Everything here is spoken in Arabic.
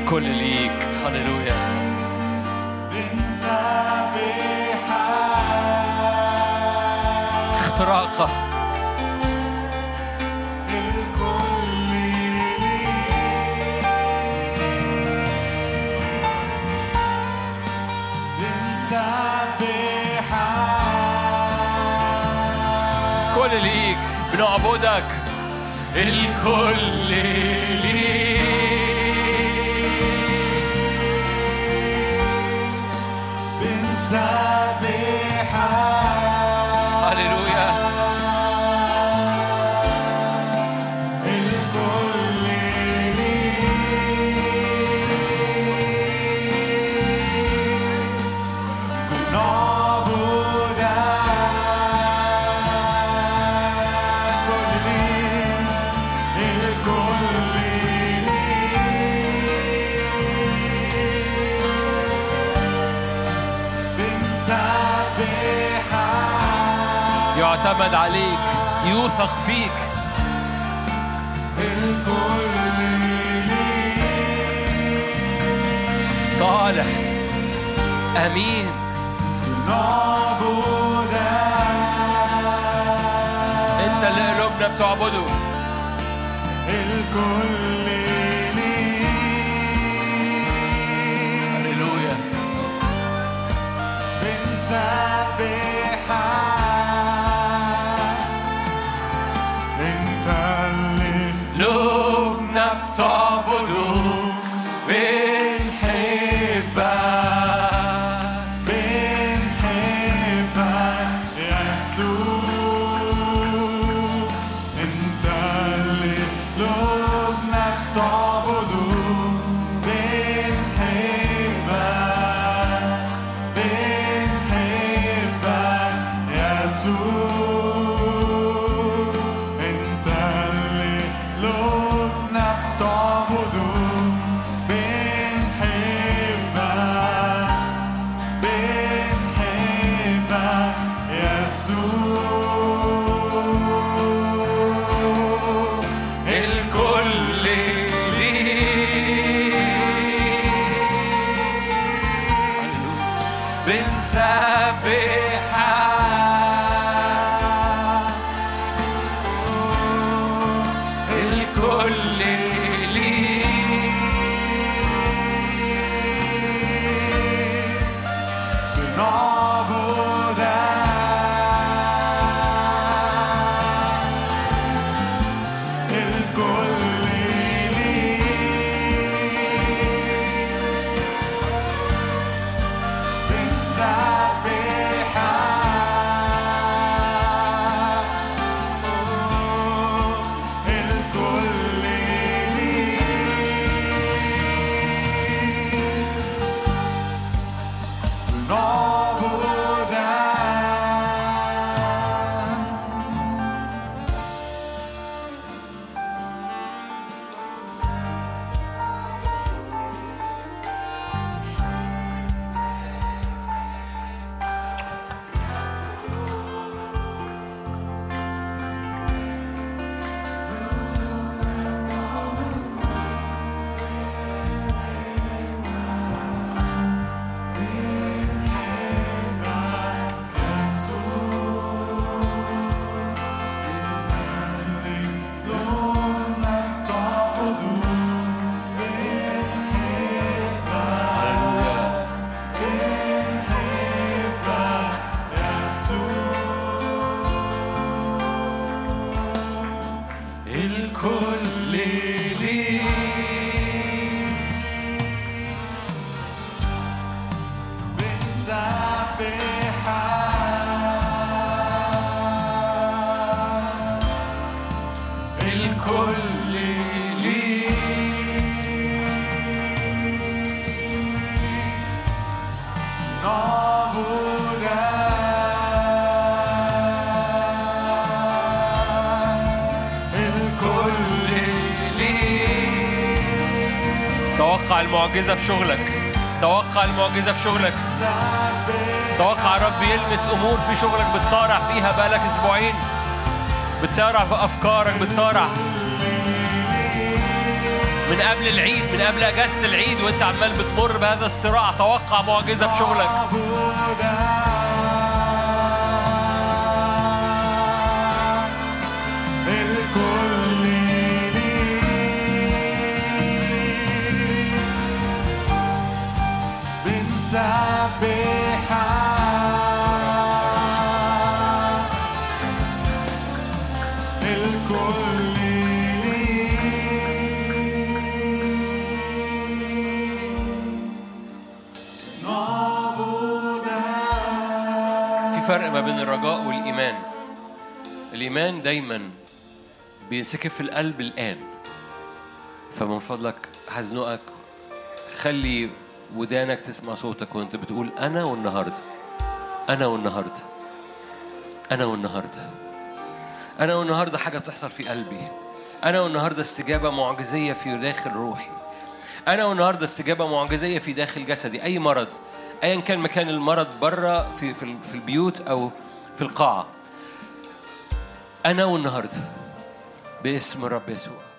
الكل ليك. هللويا. اختراقة كل ليك، بنعبدك الكل ليك. هللويا. الكل يعتمد عليك، يوثق فيك. صالح، أمين. أنت اللي قلوبنا بتعبده. الكل هللويا. قلوبنا بتعبده، بنحبك يسوع. انت اللي قلوبنا بتعبده، بنحبك يسوع. انت اللي قلوبنا بتعبده، بنحبك يسوع. الكل ليك. بنسبحك الكل ليك. بنعبدك الكل توقع المعجزة في شغلك. توقع المعجزة في شغلك. توقع الرب يلمس أمور في شغلك بتصارع فيها بقالك أسبوعين. بتصارع في أفكارك، بتصارع. من قبل العيد، من قبل أجازة العيد وأنت عمال بتمر بهذا الصراع، توقع معجزة في شغلك. فرق ما بين الرجاء والإيمان. الإيمان دايما بينسكب في القلب الآن. فمن فضلك هزنقك، خلي ودانك تسمع صوتك وانت بتقول أنا والنهاردة، أنا والنهاردة، أنا والنهاردة، أنا والنهاردة حاجة تحصل في قلبي، أنا والنهاردة استجابة معجزية في داخل روحي، أنا والنهاردة استجابة معجزية في داخل جسدي. أي مرض أيا كان مكان المرض، برا في البيوت أو في القاعة، أنا والنهاردة باسم الرب يسوع.